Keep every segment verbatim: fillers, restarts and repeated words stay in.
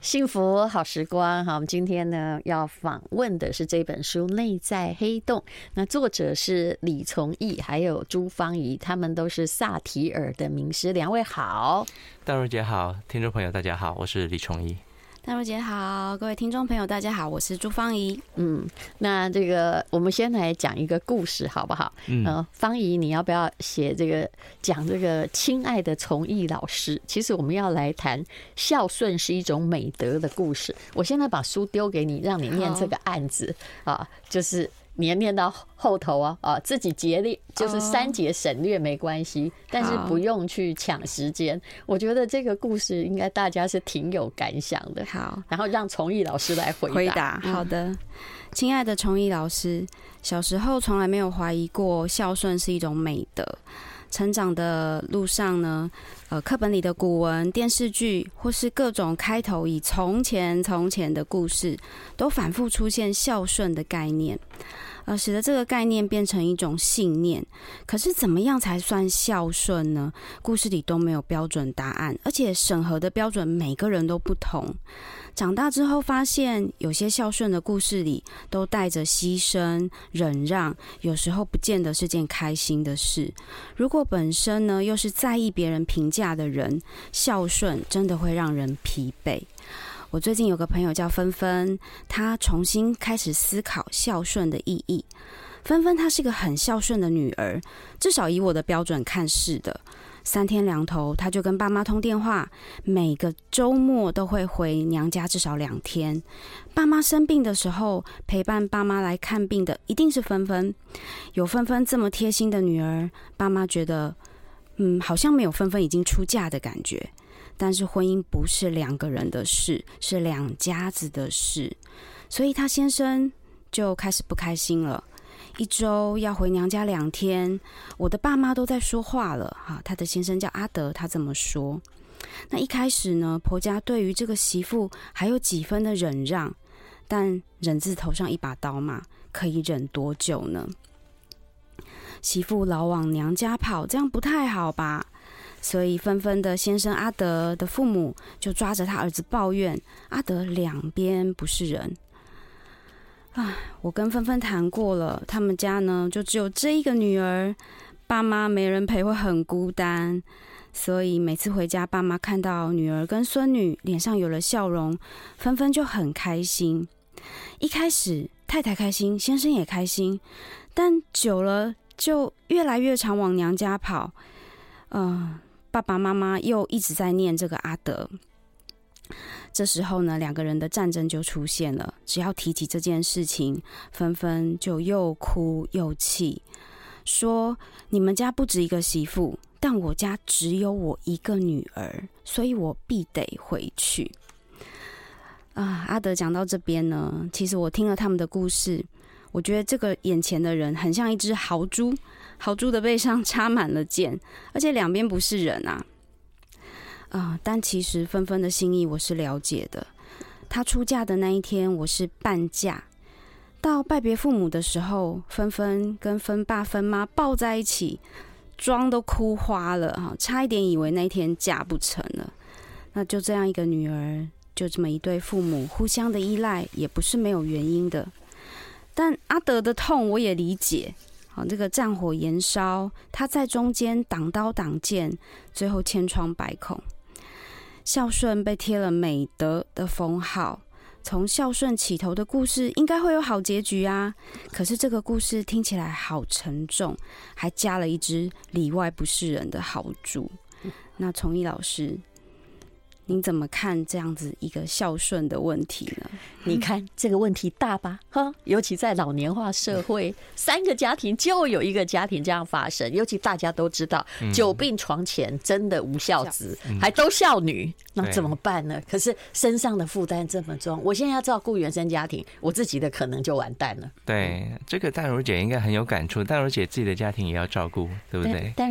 幸福好时光，好，我们今天呢要访问的是这本书《内在黑洞》，那作者是李从义，还有朱芳仪，他们都是萨提尔的名师。两位好。 淡如姐好，听众朋友大家好，我是李从义。 淡如姐好，各位听众朋友大家好，我是朱芳仪。 嗯，那这个我们先来讲一个故事好不好？嗯，呃、芳仪你要不要写这个讲这个亲爱的从义老师？其实我们要来谈孝顺是一种美德的故事。我现在把书丢给你，让你念这个案子啊，就是你要念到后头啊，啊，自己节略，就是三节省略没关系，但是不用去抢时间。我觉得这个故事应该大家是挺有感想的。 好， 然后让从义老师来回答。 回答，好的，亲爱的从义老师，小时候从来没有怀疑过孝顺是一种美德。成长的路上呢，呃，课本里的古文、电视剧，或是各种开头以从前从前的故事，都反复出现孝顺的概念，呃，使得这个概念变成一种信念。可是怎么样才算孝顺呢？故事里都没有标准答案，而且审核的标准每个人都不同。长大之后发现，有些孝顺的故事里都带着牺牲、忍让，有时候不见得是件开心的事。如果本身呢又是在意别人评价的人，孝顺真的会让人疲惫。我最近有个朋友叫芬芬，她重新开始思考孝顺的意义。芬芬她是个很孝顺的女儿，至少以我的标准看是的。三天两头，她就跟爸妈通电话，每个周末都会回娘家至少两天。爸妈生病的时候，陪伴爸妈来看病的一定是芬芬。有芬芬这么贴心的女儿，爸妈觉得，嗯，好像没有芬芬已经出嫁的感觉。但是婚姻不是两个人的事，是两家子的事，所以她先生就开始不开心了。一周要回娘家两天，我的爸妈都在说话了哈。他的先生叫阿德，他这么说。那一开始呢，婆家对于这个媳妇还有几分的忍让，但忍字头上一把刀嘛，可以忍多久呢？媳妇老往娘家跑，这样不太好吧？所以纷纷的先生阿德的父母就抓着他儿子抱怨，阿德两边不是人。啊，我跟芬芬谈过了，他们家呢就只有这一个女儿，爸妈没人陪会很孤单，所以每次回家，爸妈看到女儿跟孙女脸上有了笑容，芬芬就很开心。一开始太太开心，先生也开心，但久了就越来越常往娘家跑。呃，爸爸妈妈又一直在念这个阿德。这时候呢，两个人的战争就出现了。只要提起这件事情，纷纷就又哭又气，说你们家不止一个媳妇，但我家只有我一个女儿，所以我必得回去。啊，阿德讲到这边呢，其实我听了他们的故事，我觉得这个眼前的人很像一只豪猪，豪猪的背上插满了箭，而且两边不是人啊。啊、呃，但其实芬芬的心意我是了解的。她出嫁的那一天，我是伴嫁。到拜别父母的时候，芬芬跟芬爸芬妈抱在一起，妆都哭花了哈，差一点以为那天嫁不成了。那就这样一个女儿，就这么一对父母互相的依赖，也不是没有原因的。但阿德的痛我也理解。好，这个战火延烧，他在中间挡刀挡剑，最后千疮百孔。孝顺被贴了美德的封号，从孝顺起头的故事应该会有好结局啊。可是这个故事听起来好沉重，还加了一只里外不是人的豪猪。那从义老师，您怎么看这样子一个孝顺的问题呢？ 你看这个问题大吧？哈，尤其在老年化社会，三个家庭就有一个家庭这样发生。尤其大家都知道，嗯、久病床前真的无孝子，嗯、还都孝女，那怎么办呢？可是身上的负担这么重，我现在要照顾原生家庭，我自己的可能就完蛋了。 对，这个淡如姐应该很有感触。淡如姐自己的家庭也要照顾，对不对？ 但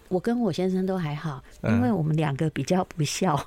我跟我先生都还好，因为我们两个比较不孝。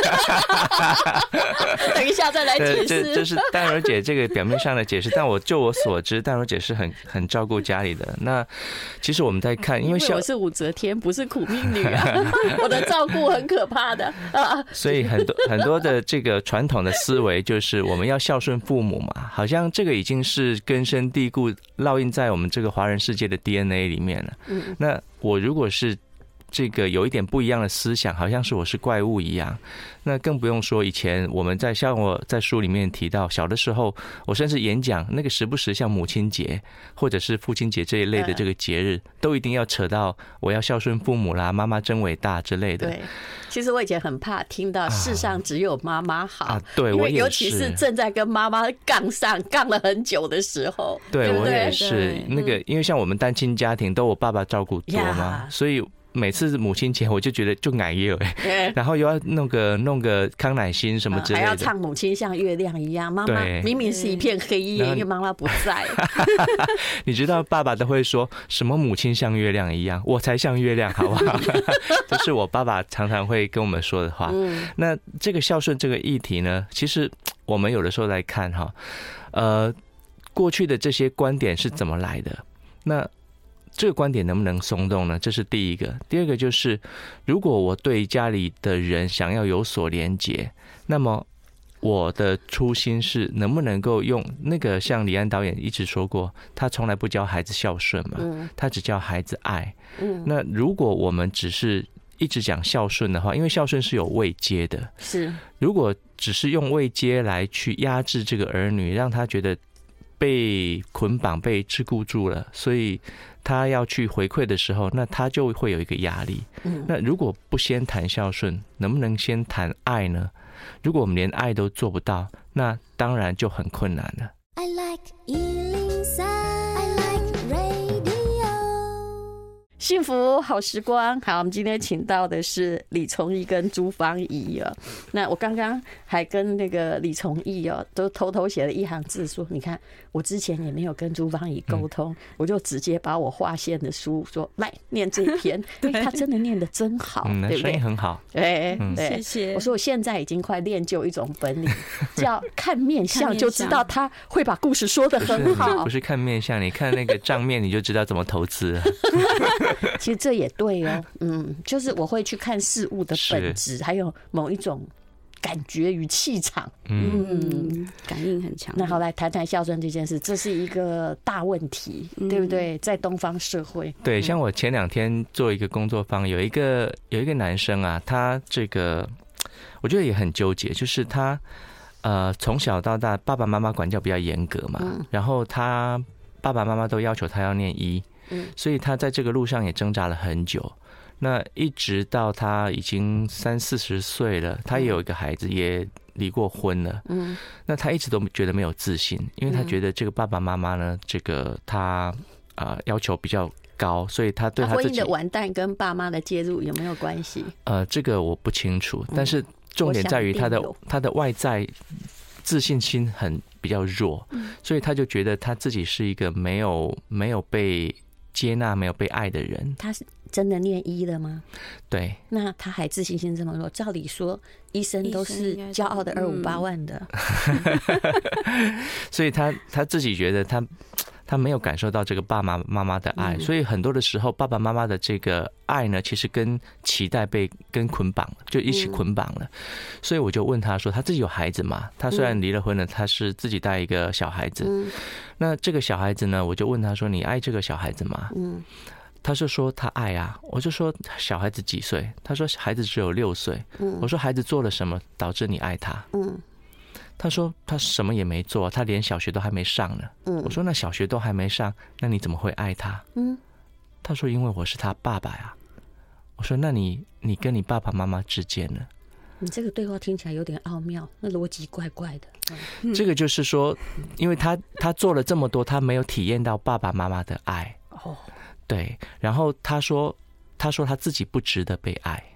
等一下再来解释。 这这是淡如姐这个表面上的解释，但我就我所知，淡如姐是很很照顾家里的。那其实我们在看，因为我是武则天，不是苦命女啊，我的照顾很可怕的啊。 所以很多很多的这个传统的思维就是我们要孝顺父母嘛，好像这个已经是根深蒂固烙印在我们这个华人世界的 D N A 里面了。嗯，那我如果是这个有一点不一样的思想，好像是我是怪物一样。那更不用说以前我们在像我在书里面提到，小的时候我甚至演讲，那个时不时像母亲节或者是父亲节这一类的这个节日，都一定要扯到我要孝顺父母啦，妈妈真伟大之类的。 对，其实我以前很怕听到世上只有妈妈好啊， 对，我也是， 尤其是正在跟妈妈杠上杠了很久的时候。 对， 对我也是那个，因为像我们单亲家庭都我爸爸照顾多嘛，所以每次母亲节我就觉得就矮耶哎，然后又要弄个弄个康乃馨什么之类的， 还要唱母亲像月亮一样，妈妈明明是一片黑夜，因为妈妈不在。 你知道爸爸都会说什么母亲像月亮一样，我才像月亮，好不好？这是我爸爸常常会跟我们说的话。那这个孝顺这个议题呢，其实我们有的时候来看哈，呃，过去的这些观点是怎么来的？那这个观点能不能松动呢？这是第一个。第二个就是，如果我对家里的人想要有所连结，那么我的初心是能不能够用那个像李安导演一直说过，他从来不教孩子孝顺嘛，他只教孩子爱。那如果我们只是一直讲孝顺的话，因为孝顺是有位阶的，是如果只是用位阶来去压制这个儿女，让他觉得被捆绑、被桎梏住了，所以他要去回馈的时候，那他就会有一个压力。那如果不先谈孝顺，能不能先谈爱呢？如果我们连爱都做不到，那当然就很困难了。I like 一零三 I like radio 幸福好时光。好，我们今天请到的是李崇义跟朱芳怡哦。那我刚刚还跟那个李崇义哦，都偷偷写了一行字说，你看我之前也没有跟朱芳怡沟通，嗯、我就直接把我划线的书说来念这一篇，他真的念得真好， 嗯、 对不对？ 声音很好， 对、 嗯、对，谢谢。 我说我现在已经快练就一种本领，叫看面相就知道他会把故事说得很好。 不是, 不是看面相，你看那个账面你就知道怎么投资了。 其实这也对哦，嗯，就是我会去看事物的本质，还有某一种感觉与气场， 嗯，感应很强。 那好，来谈谈孝顺这件事，这是一个大问题，嗯、对不对？在东方社会， 对，像我前两天做一个工作坊，有一个有一个男生啊，他这个我觉得也很纠结，就是他呃从小到大，爸爸妈妈管教比较严格嘛，嗯、然后他爸爸妈妈都要求他要念医。所以他在这个路上也挣扎了很久，那一直到他已经三四十岁了，他也有一个孩子，也离过婚了。嗯，那他一直都觉得没有自信，因为他觉得这个爸爸妈妈呢，这个他啊、呃、要求比较高，所以他对他自己婚姻的完蛋跟爸妈的介入有没有关系？ 呃，这个我不清楚，但是重点在于他的他的外在自信心很比较弱，所以他就觉得他自己是一个没有没有被接纳、没有被爱的人。 他是真的念医了吗？ 对。 那他还自信心这么弱，照理说医生都是骄傲的二五八万的， 嗯、所以他他自己觉得他他没有感受到这个爸爸妈妈的爱，嗯、所以很多的时候爸爸妈妈的这个爱呢，其实跟期待被跟捆绑了，就一起捆绑了。嗯、所以我就问他说，他自己有孩子嘛？他虽然离了婚了，他是自己带一个小孩子。嗯、那这个小孩子呢，我就问他说，你爱这个小孩子吗？嗯。他就说他爱啊，我就说小孩子几岁？他说孩子只有六岁。嗯。我说孩子做了什么导致你爱他？嗯。他说他什么也没做，他连小学都还没上呢。嗯，我说那小学都还没上，那你怎么会爱他？嗯，他说因为我是他爸爸呀。我说那你你跟你爸爸妈妈之间呢？ 你这个对话听起来有点奥妙，那逻辑怪怪的。 嗯、这个就是说，因为他他做了这么多，他没有体验到爸爸妈妈的爱。哦，对，然后他说他说他自己不值得被爱。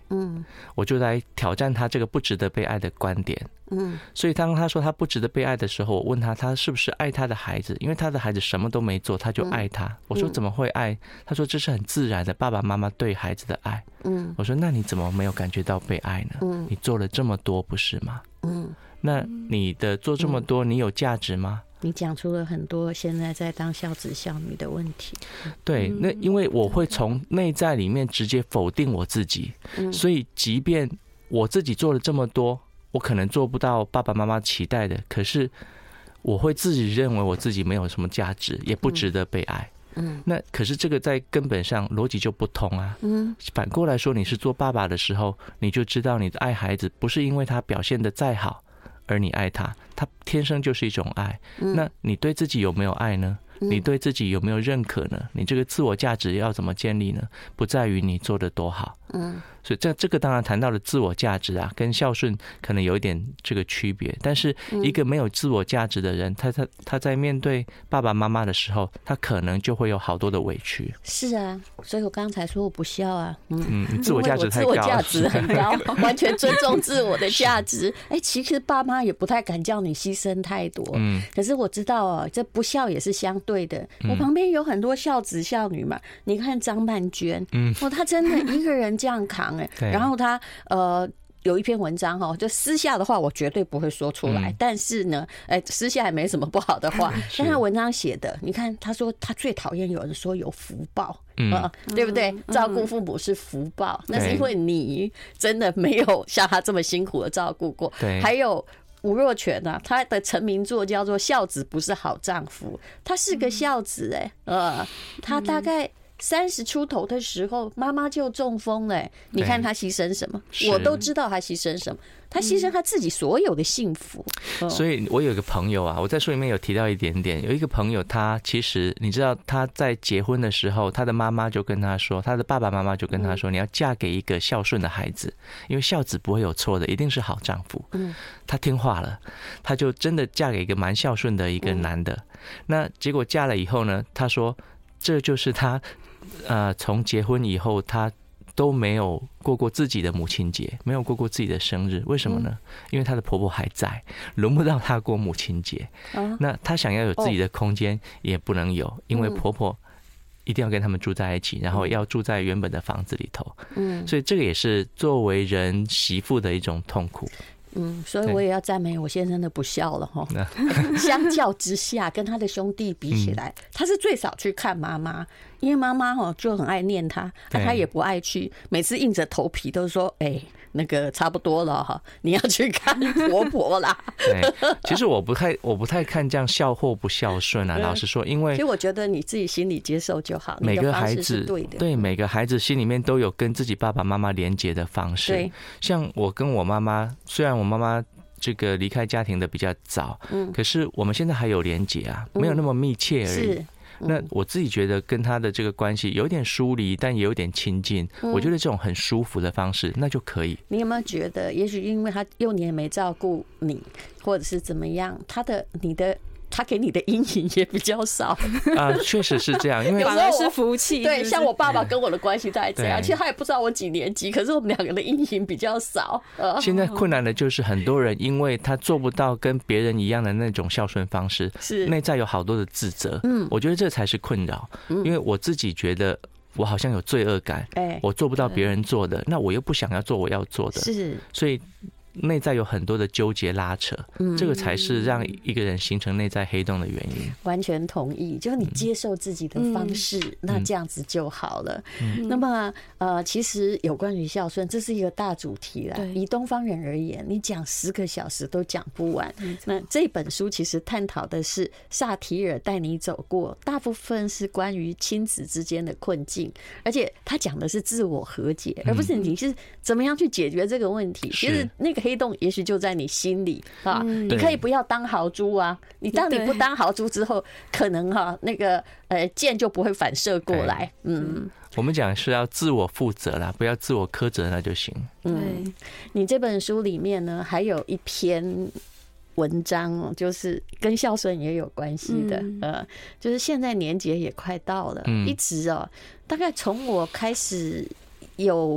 嗯，我就来挑战他这个不值得被爱的观点。嗯，所以当他说他不值得被爱的时候，我问他他是不是爱他的孩子，因为他的孩子什么都没做他就爱他。我说怎么会爱？他说这是很自然的爸爸妈妈对孩子的爱。嗯，我说那你怎么没有感觉到被爱呢？嗯，你做了这么多不是吗？嗯，那你的做这么多你有价值吗？ 你讲出了很多现在在当孝子孝女的问题。 对，那因为我会从内在里面直接否定我自己，所以即便我自己做了这么多，我可能做不到爸爸妈妈期待的，可是我会自己认为我自己没有什么价值，也不值得被爱。嗯，那可是这个在根本上逻辑就不通啊。嗯，反过来说，你是做爸爸的时候，你就知道你的爱孩子不是因为他表现得再好而你爱他，他天生就是一种爱。那你对自己有没有爱呢？你对自己有没有认可呢？你这个自我价值要怎么建立呢？不在于你做得多好。嗯，所以这这个当然谈到了自我价值啊，跟孝顺可能有一点这个区别。但是一个没有自我价值的人，他他他在面对爸爸妈妈的时候，他可能就会有好多的委屈。 是啊，所以我刚才说我不孝啊。嗯， 嗯，自我价值太高， 自我价值很高，完全尊重自我的价值。哎，其实爸妈也不太敢叫你牺牲太多。嗯，可是我知道哦，这不孝也是相对的。我旁边有很多孝子孝女嘛，你看张曼娟，嗯，哦，她真的一个人这样扛哎、欸，然后她呃。有一篇文章哈，就私下的话我绝对不会说出来，嗯、但是呢，哎，私下也没什么不好的话。但他文章写的，你看他说他最讨厌有人说有福报，嗯、呃，对不对？照顾父母是福报，那是因为你真的没有像他这么辛苦的照顾过。 对， 还有吴若权啊，他的成名作叫做《孝子不是好丈夫》，他是个孝子哎、欸，呃，他大概。三十出头的时候，妈妈就中风了、欸。你看他牺牲什么？我都知道他牺牲什么。他牺牲他自己所有的幸福。 嗯、所以我有一个朋友啊，我在书里面有提到一点点。有一个朋友，他其实你知道他在结婚的时候，他的妈妈就跟他说，他的爸爸妈妈就跟他说，你要嫁给一个孝顺的孩子，因为孝子不会有错的，一定是好丈夫。嗯，他听话了，他就真的嫁给一个蛮孝顺的一个男的。嗯、那结果嫁了以后呢，他说这就是他。呃，从结婚以后，她都没有过过自己的母亲节，没有过过自己的生日，为什么呢？因为她的婆婆还在，轮不到她过母亲节。那她想要有自己的空间，也不能有，因为婆婆一定要跟他们住在一起，然后要住在原本的房子里头。嗯，所以这个也是作为人媳妇的一种痛苦。 嗯，所以我也要赞美我先生的不孝了哈。相较之下，跟他的兄弟比起来，他是最少去看妈妈，因为妈妈哈就很爱念他，但他也不爱去，每次硬着头皮都说：“哎、欸，那个差不多了哈，你要去看婆婆啦。” 对，其实我不太我不太看这样孝或不孝顺啊。老实说，因为其实我觉得你自己心里接受就好。 每个孩子对的， 对每个孩子心里面都有跟自己爸爸妈妈连结的方式。 对， 像我跟我妈妈，虽然我妈妈这个离开家庭的比较早，嗯，可是我们现在还有连结啊，没有那么密切而已。那我自己觉得跟他的这个关系有点疏离，但也有点亲近。我觉得这种很舒服的方式，那就可以。 你有没有觉得，也许因为他幼年没照顾你，或者是怎么样，他的你的。他给你的阴影也比较少啊，确实是这样，因为反而是福气。 对，像我爸爸跟我的关系大概这样，其实他也不知道我几年级，可是我们两个的阴影比较少。 现在困难的就是很多人，因为他做不到跟别人一样的那种孝顺方式，是内在有好多的自责。嗯，我觉得这才是困扰，因为我自己觉得我好像有罪恶感，哎，我做不到别人做的，那我又不想要做我要做的，是，所以。内在有很多的纠结拉扯，嗯，这个才是让一个人形成内在黑洞的原因。 完全同意，就是你接受自己的方式，嗯、那这样子就好了。嗯、那么，呃，其实有关于孝顺，这是一个大主题啦。以东方人而言，你讲十个小时都讲不完。那这本书其实探讨的是萨提尔带你走过，大部分是关于亲子之间的困境，而且他讲的是自我和解，而不是你是怎么样去解决这个问题。其实那个黑洞也许就在你心里啊，你可以不要当豪猪啊，你当你不当豪猪之后，可能哈那个呃箭就不会反射过来。嗯， 我们讲是要自我负责啦，不要自我苛责那就行。 嗯，你这本书里面呢还有一篇文章哦，就是跟孝顺也有关系的，呃，就是现在年节也快到了，一直哦，大概从我开始有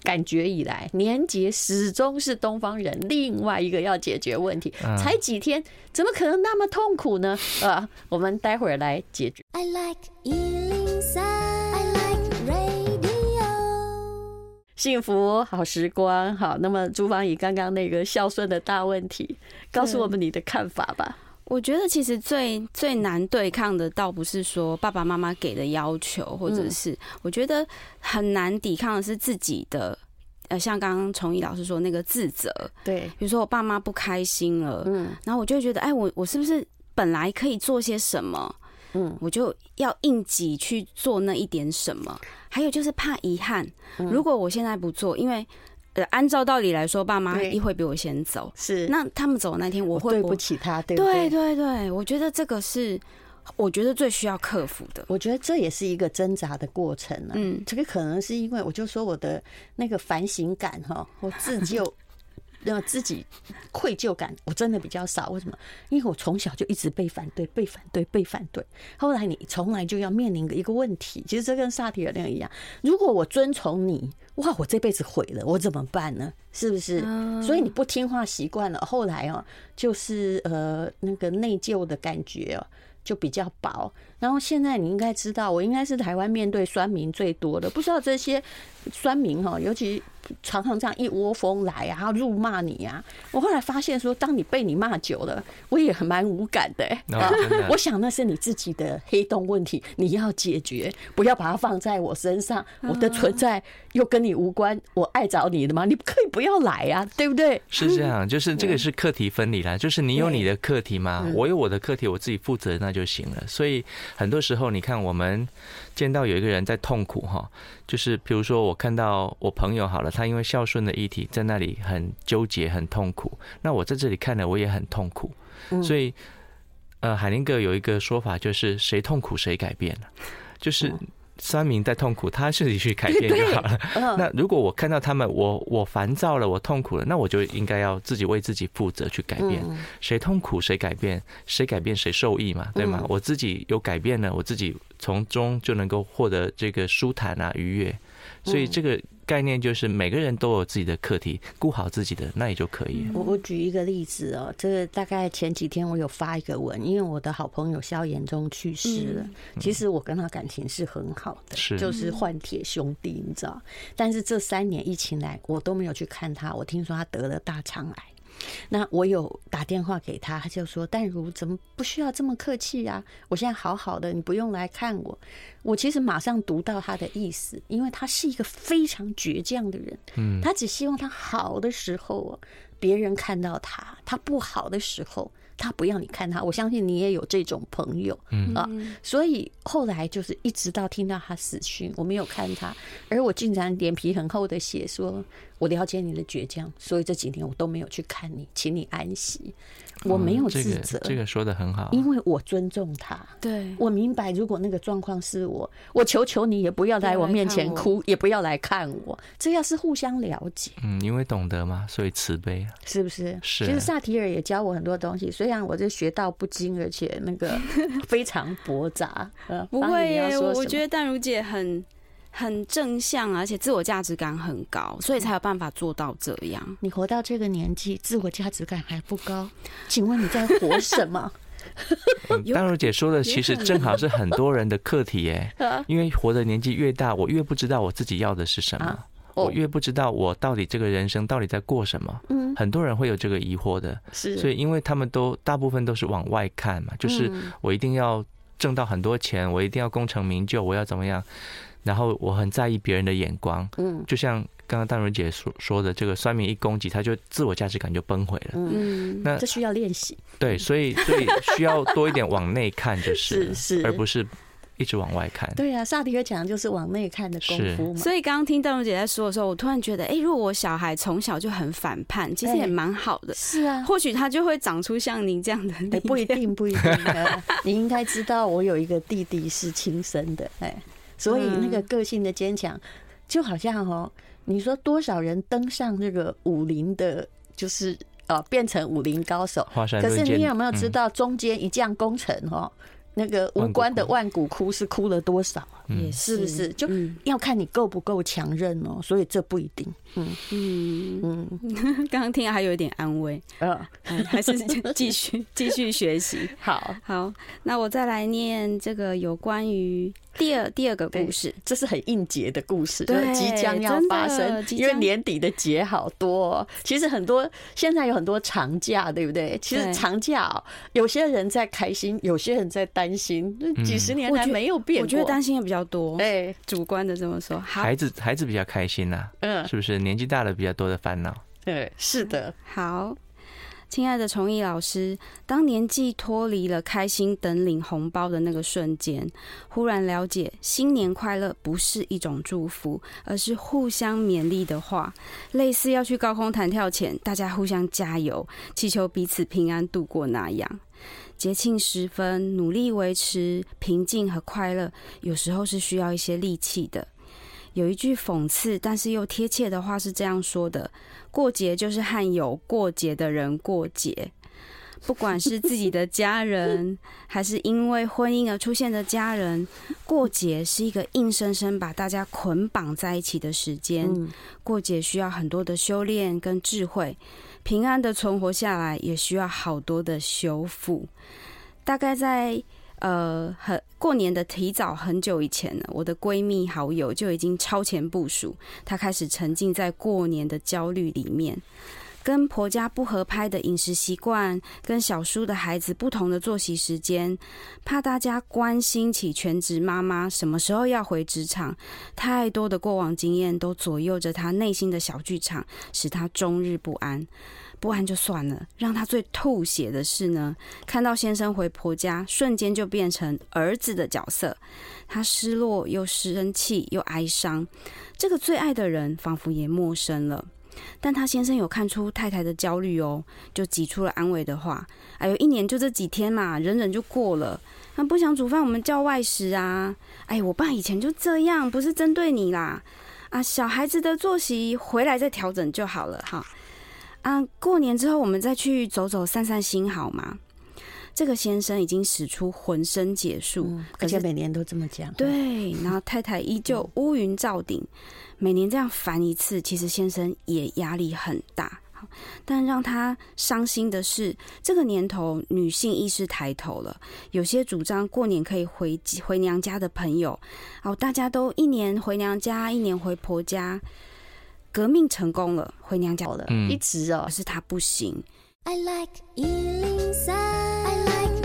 感觉以来，年节始终是东方人另外一个要解决问题。才几天，怎么可能那么痛苦呢？呃，我们待会儿来解决。I like 一零三 I like radio 幸福好时光。好，那么朱芳怡刚刚那个孝顺的大问题，告诉我们你的看法吧。 我觉得其实最最难对抗的，倒不是说爸爸妈妈给的要求，或者是我觉得很难抵抗的是自己的，呃，像刚刚崇义老师说那个自责， 对， 比如说我爸妈不开心了，嗯，然后我就会觉得，哎，我我是不是本来可以做些什么，嗯，我就要硬挤去做那一点什么。还有就是怕遗憾，如果我现在不做，因为。呃，按照道理来说，爸妈一会比我先走，是那他们走的那天，我会对不起他，对不对？ 对对对，我觉得这个是我觉得最需要克服的。 我觉得这也是一个挣扎的过程啊。嗯，这个可能是因为我就说我的那个反省感哈，我自救。那自己愧疚感我真的比较少，为什么？因为我从小就一直被反对、被反对、被反对。后来你从来就要面临一个问题，其实这跟萨提尔那个一样。如果我遵从你，哇，我这辈子毁了，我怎么办呢？是不是？所以你不听话习惯了，后来哦，就是呃那个内疚的感觉哦。就比较薄，然后现在你应该知道，我应该是台湾面对酸民最多的，不知道这些酸民哈，尤其常常这样一窝蜂来啊，辱骂你啊。我后来发现说，当你被你骂久了，我也很蛮无感的、欸啊。我想那是你自己的黑洞问题，你要解决，不要把它放在我身上。我的存在又跟你无关，我爱找你的吗？你可以不要来啊，对不对？ 是这样，就是这个是课题分离啦，就是你有你的课题嘛，我有我的课题，我自己负责那就行了。所以很多时候，你看我们见到有一个人在痛苦哈，就是比如说我看到我朋友好了，他因为孝顺的议题在那里很纠结、很痛苦，那我在这里看了我也很痛苦，所以呃，海宁格有一个说法，就是谁痛苦谁改变了，就是酸民在痛苦，他自己去改变就好了。那如果我看到他们，我我烦躁了，我痛苦了，那我就应该要自己为自己负责去改变。谁痛苦谁改变，谁改变谁受益嘛，对吗？我自己有改变了，我自己从中就能够获得这个舒坦啊、愉悦。所以这个概念就是每个人都有自己的课题，顾好自己的那也就可以了。 我我举一个例子哦，这个大概前几天我有发一个文，因为我的好朋友萧炎中去世了，嗯、其实我跟他感情是很好的，是就是换铁兄弟，你知道。但是这三年疫情来，我都没有去看他。我听说他得了大肠癌。那我有打电话给他，他就说：“淡如怎么不需要这么客气啊？我现在好好的，你不用来看我。”我其实马上读到他的意思，因为他是一个非常倔强的人，嗯，他只希望他好的时候别人看到他，他不好的时候他不要你看他。我相信你也有这种朋友，嗯啊，所以后来就是一直到听到他死讯，我没有看他，而我竟然脸皮很厚的写说：“我了解你的倔强，所以这几年我都没有去看你，请你安息。”我没有自责、 嗯这个，这个说得很好， 因为我尊重他。对，我明白，如果那个状况是我，我求求你也不要来我面前哭，也不要来看我，这要是互相了解。 嗯，因为懂得嘛，所以慈悲， 是不是？ 是。 其实萨提尔也教我很多东西，虽然我这学到不精，而且那个非常驳杂。呃， 不会耶，我觉得淡如姐很。很正向，而且自我价值感很高，所以才有办法做到这样。 你活到这个年纪，自我价值感还不高，请问你在活什么？ 淡如姐说的其实正好是很多人的课题耶，因为活的年纪越大，我越不知道我自己要的是什么，啊哦、我越不知道我到底这个人生到底在过什么。嗯，很多人会有这个疑惑的，是，所以因为他们都大部分都是往外看嘛，就是我一定要挣到很多钱，我一定要功成名就，我要怎么样？然后我很在意别人的眼光，嗯，就像刚刚淡如姐说说的，这个酸民一攻击，他就自我价值感就崩毁了。嗯，那这需要练习。 对，所以所以需要多一点往内看，就是是是， 而不是一直往外看。 对啊，萨提尔讲的就是往内看的功夫嘛。 所以刚刚听淡如姐在说的时候，我突然觉得，哎、欸，如果我小孩从小就很反叛，其实也蛮好的。 是啊， 或许他就会长出像您这样的。 欸、不一定，不一定的。你应该知道，我有一个弟弟是亲生的，哎。所以那个个性的坚强，就好像哦，你说多少人登上这个武林的，就是呃变成武林高手，可是你有没有知道中间一将功成哦？ 那个无关的万骨枯是枯了多少？ 也是不是？就要看你够不够强韧哦，所以这不一定。嗯嗯嗯，刚刚听还有一点安慰，嗯，还是继续继续学习。 好， 好，那我再来念这个有关于第二第二个故事， 这是很应节的故事， 对， 即将要发生，因为年底的节好多、哦。其实很多现在有很多长假，对不对？其实长假、哦，有些人在开心，有些人在担心，几十年来没有变过。 我觉得担心也比较多， 对， 主观的这么说。 孩子孩子比较开心呐、啊，嗯，是不是？年纪大了比较多的烦恼。 对，是的。 好。亲爱的崇义老师，当年纪脱离了开心等领红包的那个瞬间，忽然了解新年快乐不是一种祝福，而是互相勉励的话，类似要去高空弹跳前大家互相加油，祈求彼此平安度过那样。节庆时分，努力维持平静和快乐，有时候是需要一些力气的。有一句讽刺但是又贴切的话是这样说的：过节就是和有过节的人过节，不管是自己的家人还是因为婚姻而出现的家人，过节是一个硬生生把大家捆绑在一起的时间。过节需要很多的修炼跟智慧，平安的存活下来也需要好多的修复。大概在呃，很过年的提早很久以前呢，我的闺蜜好友就已经超前部署，她开始沉浸在过年的焦虑里面，跟婆家不合拍的饮食习惯，跟小叔的孩子不同的作息时间，怕大家关心起全职妈妈什么时候要回职场，太多的过往经验都左右着她内心的小剧场，使她终日不安。不安就算了，让他最吐血的是呢，看到先生回婆家，瞬间就变成儿子的角色，他失落又生气又哀伤，这个最爱的人仿佛也陌生了。但他先生有看出太太的焦虑哦，就挤出了安慰的话：哎呦，一年就这几天嘛，忍忍就过了。他不想煮饭，我们叫外食啊。哎，我爸以前就这样，不是针对你啦。啊，小孩子的作息回来再调整就好了哈。啊，过年之后我们再去走走散散心好吗？这个先生已经使出浑身解数、嗯、 而且每年都这么讲。 对，然后太太依旧乌云罩顶、嗯、每年这样烦一次，其实先生也压力很大。但让他伤心的是，这个年头女性意识抬头了，有些主张过年可以回回娘家的朋友，哦，大家都一年回娘家，一年回婆家，革命成功了，回娘家了， 嗯、一直哦， 可是他不行。 I like 一零三 I like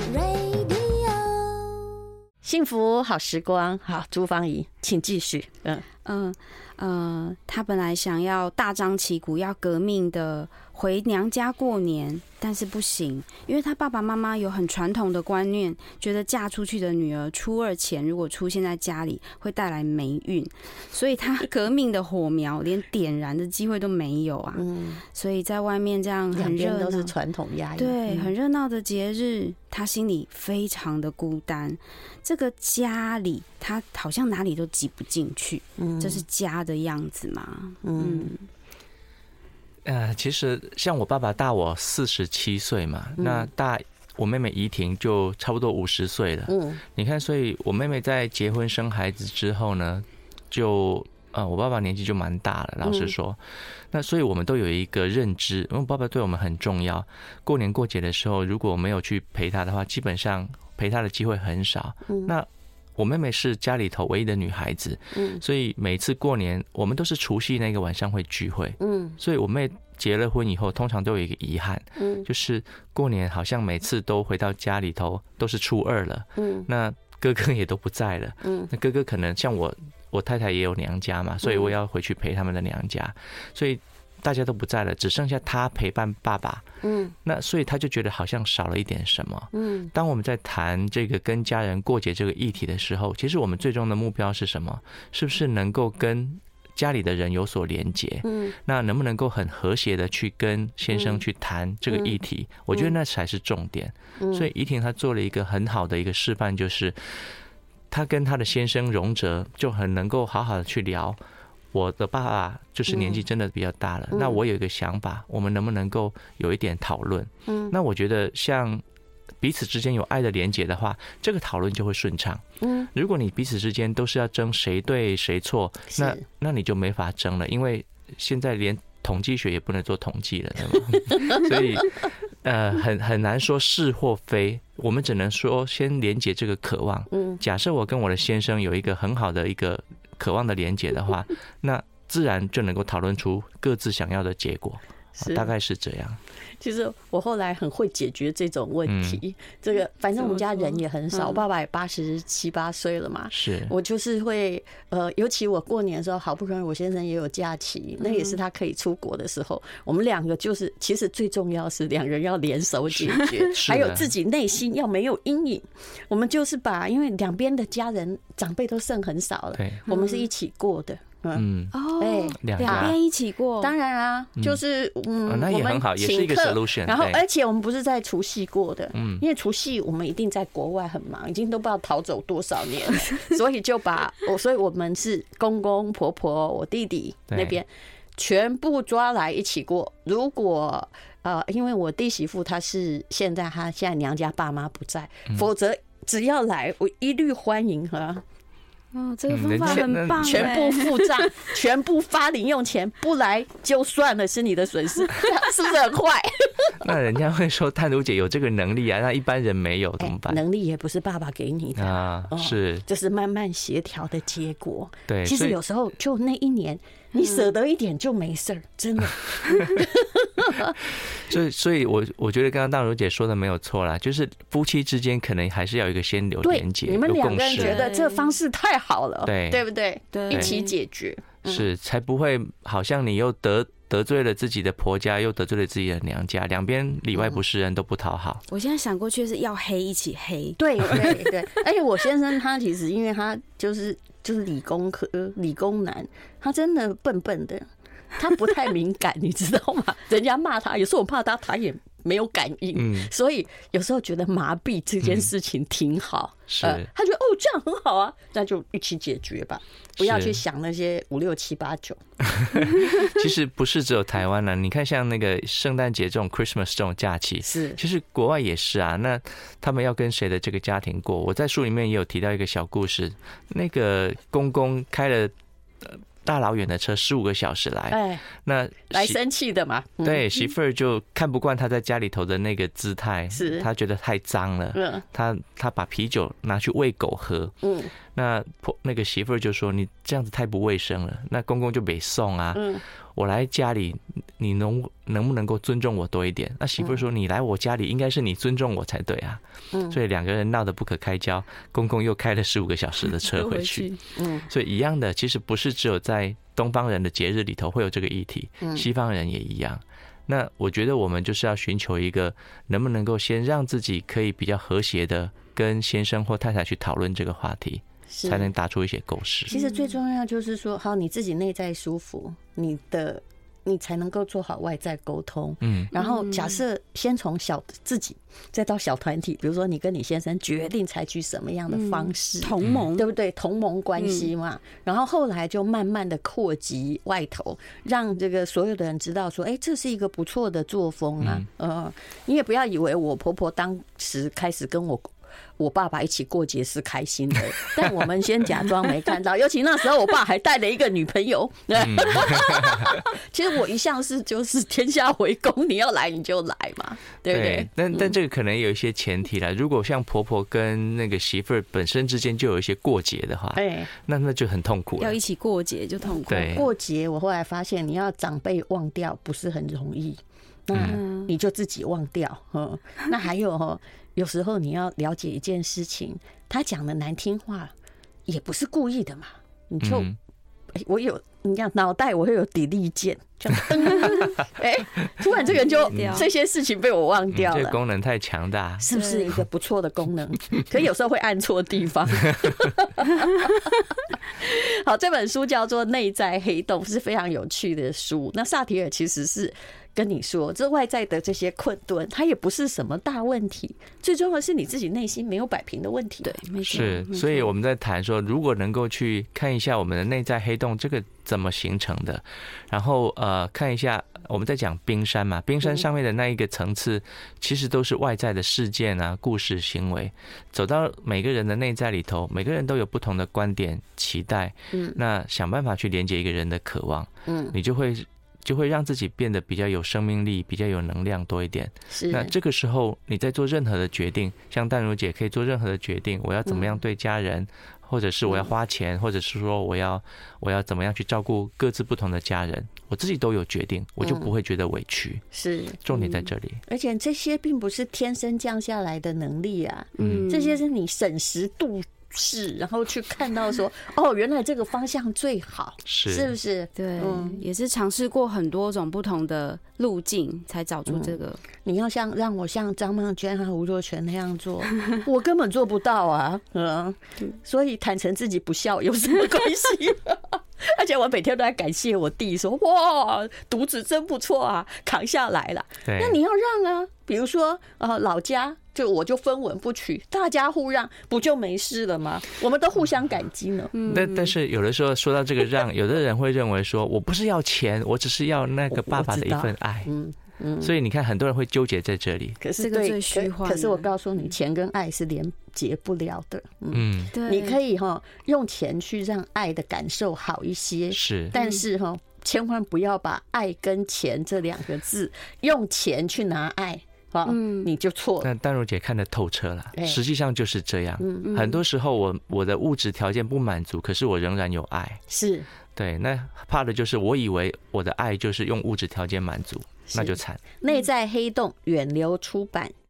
radio 幸福好时光，好，朱芳怡，请继续。嗯嗯呃，他本来想要大张旗鼓，要革命的回娘家过年，但是不行，因为他爸爸妈妈有很传统的观念，觉得嫁出去的女儿初二前如果出现在家里会带来霉运，所以他革命的火苗连点燃的机会都没有啊。嗯，所以在外面这样很热闹， 都是传统压抑， 对，很热闹的节日，他心里非常的孤单。这个家里，他好像哪里都挤不进去，嗯，这是家的样子嘛，嗯。 呃，其实像我爸爸大我四十七岁嘛，嗯、那大我妹妹怡婷就差不多五十岁了。嗯，你看，所以我妹妹在结婚生孩子之后呢，就呃，我爸爸年纪就蛮大了，老实说。嗯、那所以我们都有一个认知，因为我爸爸对我们很重要。过年过节的时候，如果没有去陪他的话，基本上陪他的机会很少。嗯，那我妹妹是家里头唯一的女孩子，嗯，所以每次过年我们都是除夕那个晚上会聚会，嗯，所以我妹结了婚以后，通常都有一个遗憾，嗯，就是过年好像每次都回到家里头都是初二了，嗯，那哥哥也都不在了，嗯，那哥哥可能像我，我太太也有娘家嘛，所以我要回去陪他们的娘家，所以大家都不在了，只剩下他陪伴爸爸，嗯，那所以他就觉得好像少了一点什么，嗯。当我们在谈这个跟家人过节这个议题的时候，其实我们最终的目标是什么？是不是能够跟家里的人有所连结？嗯，那能不能够很和谐的去跟先生去谈这个议题？嗯、我觉得那才是重点。嗯、所以怡婷她做了一个很好的一个示范，就是她跟她的先生荣哲就很能够好好的去聊。我的爸爸就是年纪真的比较大了，嗯、那我有一个想法，我们能不能够有一点讨论？嗯，那我觉得像彼彼此之间有爱的连结的话，这个讨论就会顺畅。嗯，如果你彼此之间都是要争谁对谁错，那那你就没法争了，因为现在连统计学也不能做统计了，对吗？所以呃，很很难说是或非，我们只能说先连结这个渴望。嗯，假设我跟我的先生有一个很好的一个渴望的连结的话，那自然就能够讨论出各自想要的结果。大概是这样。 其实我后来很会解决这种问题。嗯、这个反正我们家人也很少，嗯、我爸爸也八十七八岁了嘛。 是， 我就是会呃，尤其我过年的时候，好不容易我先生也有假期，那也是他可以出国的时候，我们两个就是其实最重要是两人要联手解决，还有自己内心要没有阴影。我们就是把，因为两边的家人长辈都剩很少了，我们是一起过的。 嗯哦，哎，两边一起过， 当然啊，就是嗯， 哦、那也很好，也是一个 solution。 然后，而且我们不是在除夕过的，嗯，因为除夕我们一定在国外很忙，已经都不知道逃走多少年了，所以就把我，所以我们是公公婆婆、我弟弟那边全部抓来一起过。如果呃，因为我弟媳妇她是现在她现在娘家爸妈不在，嗯、否则只要来，我一律欢迎哈。 哦，这个方法很棒， 全部付账，全部发零用钱，不来就算了，是你的损失，是不是很坏？ 那人家会说淡如姐有这个能力啊，那一般人没有怎么办？ 欸、能力也不是爸爸给你的啊，是， 就是慢慢协调的结果。 对， 其实有时候就那一年，你舍得一点就没事儿，真的。 所以，所以我我觉得刚刚淡如姐说的没有错啦，就是夫妻之间可能还是要有一个先有连结， 你们两个人觉得这个方式太好了， 对对不对？对，一起解决， 是才不会好像你又得得罪了自己的婆家，又得罪了自己的娘家，两边里外不是人，都不讨好。 我现在想过去是要黑一起黑， 对对对。而且我先生他其实因为他就是就是理工科理工男，他真的笨笨的。他不太敏感，你知道吗？人家骂他，有时候我怕他，他也没有感应，嗯、所以有时候觉得麻痹这件事情挺好。嗯、 是、 呃，他觉得哦这样很好啊，那就一起解决吧，不要去想那些五六七八九。 其实不是只有台湾啦，你看像那个圣诞节这种 Christmas 这种假期，是，其实国外也是啊。那他们要跟谁的这个家庭过？我在书里面也有提到一个小故事，那个公公开了。大老远的车十五个小时来，哎，那来生气的嘛？ 对，媳妇儿就看不惯他在家里头的那个姿态，是他觉得太脏了，嗯，他他把啤酒拿去喂狗喝，嗯，那婆那个媳妇儿就说你这样子太不卫生了，那公公就没送啊，嗯，我来家里，你能能不能够尊重我多一点？那媳妇儿说你来我家里应该是你尊重我才对啊，嗯，所以两个人闹得不可开交，公公又开了十五个小时的车回去，嗯，所以一样的，其实不是只有在在东方人的节日里头会有这个议题，西方人也一样。那我觉得我们就是要寻求一个能不能够先让自己可以比较和谐的跟先生或太太去讨论这个话题，才能打出一些共识。 其实最重要就是说，好，你自己内在舒服，你的你才能够做好外在沟通。嗯，然后假设先从小自己，再到小团体，比如说你跟你先生决定采取什么样的方式， 同盟， 对不对？同盟关系嘛。然后后来就慢慢的扩及外头，让这个所有的人知道说，哎，这是一个不错的作风啊。呃，你也不要以为我婆婆当时开始跟我。我爸爸一起过节是开心的，但我们先假装没看到。尤其那时候，我爸还带了一个女朋友。嗯、其实我一向是就是天下为公，你要来你就来嘛，对不对？对但但这个可能有一些前提啦。如果像婆婆跟那个媳妇儿本身之间就有一些过节的话，哎，那那就很痛苦了。 要一起过节就痛苦。 对， 过节我后来发现，你要长辈忘掉不是很容易。那你就自己忘掉。嗯，那还有哈。有时候你要了解一件事情，他讲的难听话也不是故意的嘛，你就，嗯欸、我有你看脑袋我会有delete键，就噔，哎，突然这个人就这些事情被我忘掉了， 嗯、这个功能太强大， 是不是一个不错的功能？可有时候会按错地方。好，这本书叫做《内在黑洞》，是非常有趣的书。那萨提尔其实是。跟你说，这外在的这些困顿，它也不是什么大问题，最重要的是你自己内心没有摆平的问题。 对，没错。 是，所以我们在谈说，如果能够去看一下我们的内在黑洞，这个怎么形成的，然后呃看一下我们在讲冰山嘛，冰山上面的那一个层次，其实都是外在的事件啊、故事、行为，走到每个人的内在里头，每个人都有不同的观点、期待，嗯，那想办法去连接一个人的渴望，嗯，你就会就会让自己变得比较有生命力，比较有能量多一点。是，那这个时候你在做任何的决定，像淡如姐可以做任何的决定，我要怎么样对家人。嗯，或者是我要花钱，或者是说我要我要怎么样去照顾各自不同的家人，我自己都有决定，我就不会觉得委屈。是，重点在这里。 而且这些并不是天生降下来的能力啊，嗯，这些是你审时度势，然后去看到说，哦，原来这个方向最好，是是不是？ 对，嗯，也是尝试过很多种不同的路径，才找出这个。嗯， 你要像让我像张曼娟和吴若权那样做，我根本做不到啊，嗯，所以坦诚自己不孝有什么关系？而且我每天都在感谢我弟说，哇，独子真不错啊，扛下来了。那你要让啊，比如说呃老家。就我就分文不取，大家互让，不就没事了吗？我们都互相感激呢。 但但是有的时候说到这个让，有的人会认为说我不是要钱，我只是要那个爸爸的一份爱。嗯嗯。所以你看，很多人会纠结在这里。 可是这个最虚幻。可是我告诉你，钱跟爱是连接不了的。嗯，对。你可以哈用钱去让爱的感受好一些，是。但是哈，千万不要把爱跟钱这两个字用钱去拿爱。嗯，你就错了。 但淡如姐看得透彻了，实际上就是这样。嗯，很多时候我我的物质条件不满足，可是我仍然有爱。是，对。那怕的就是我以为我的爱就是用物质条件满足，那就惨。 内在黑洞远流出版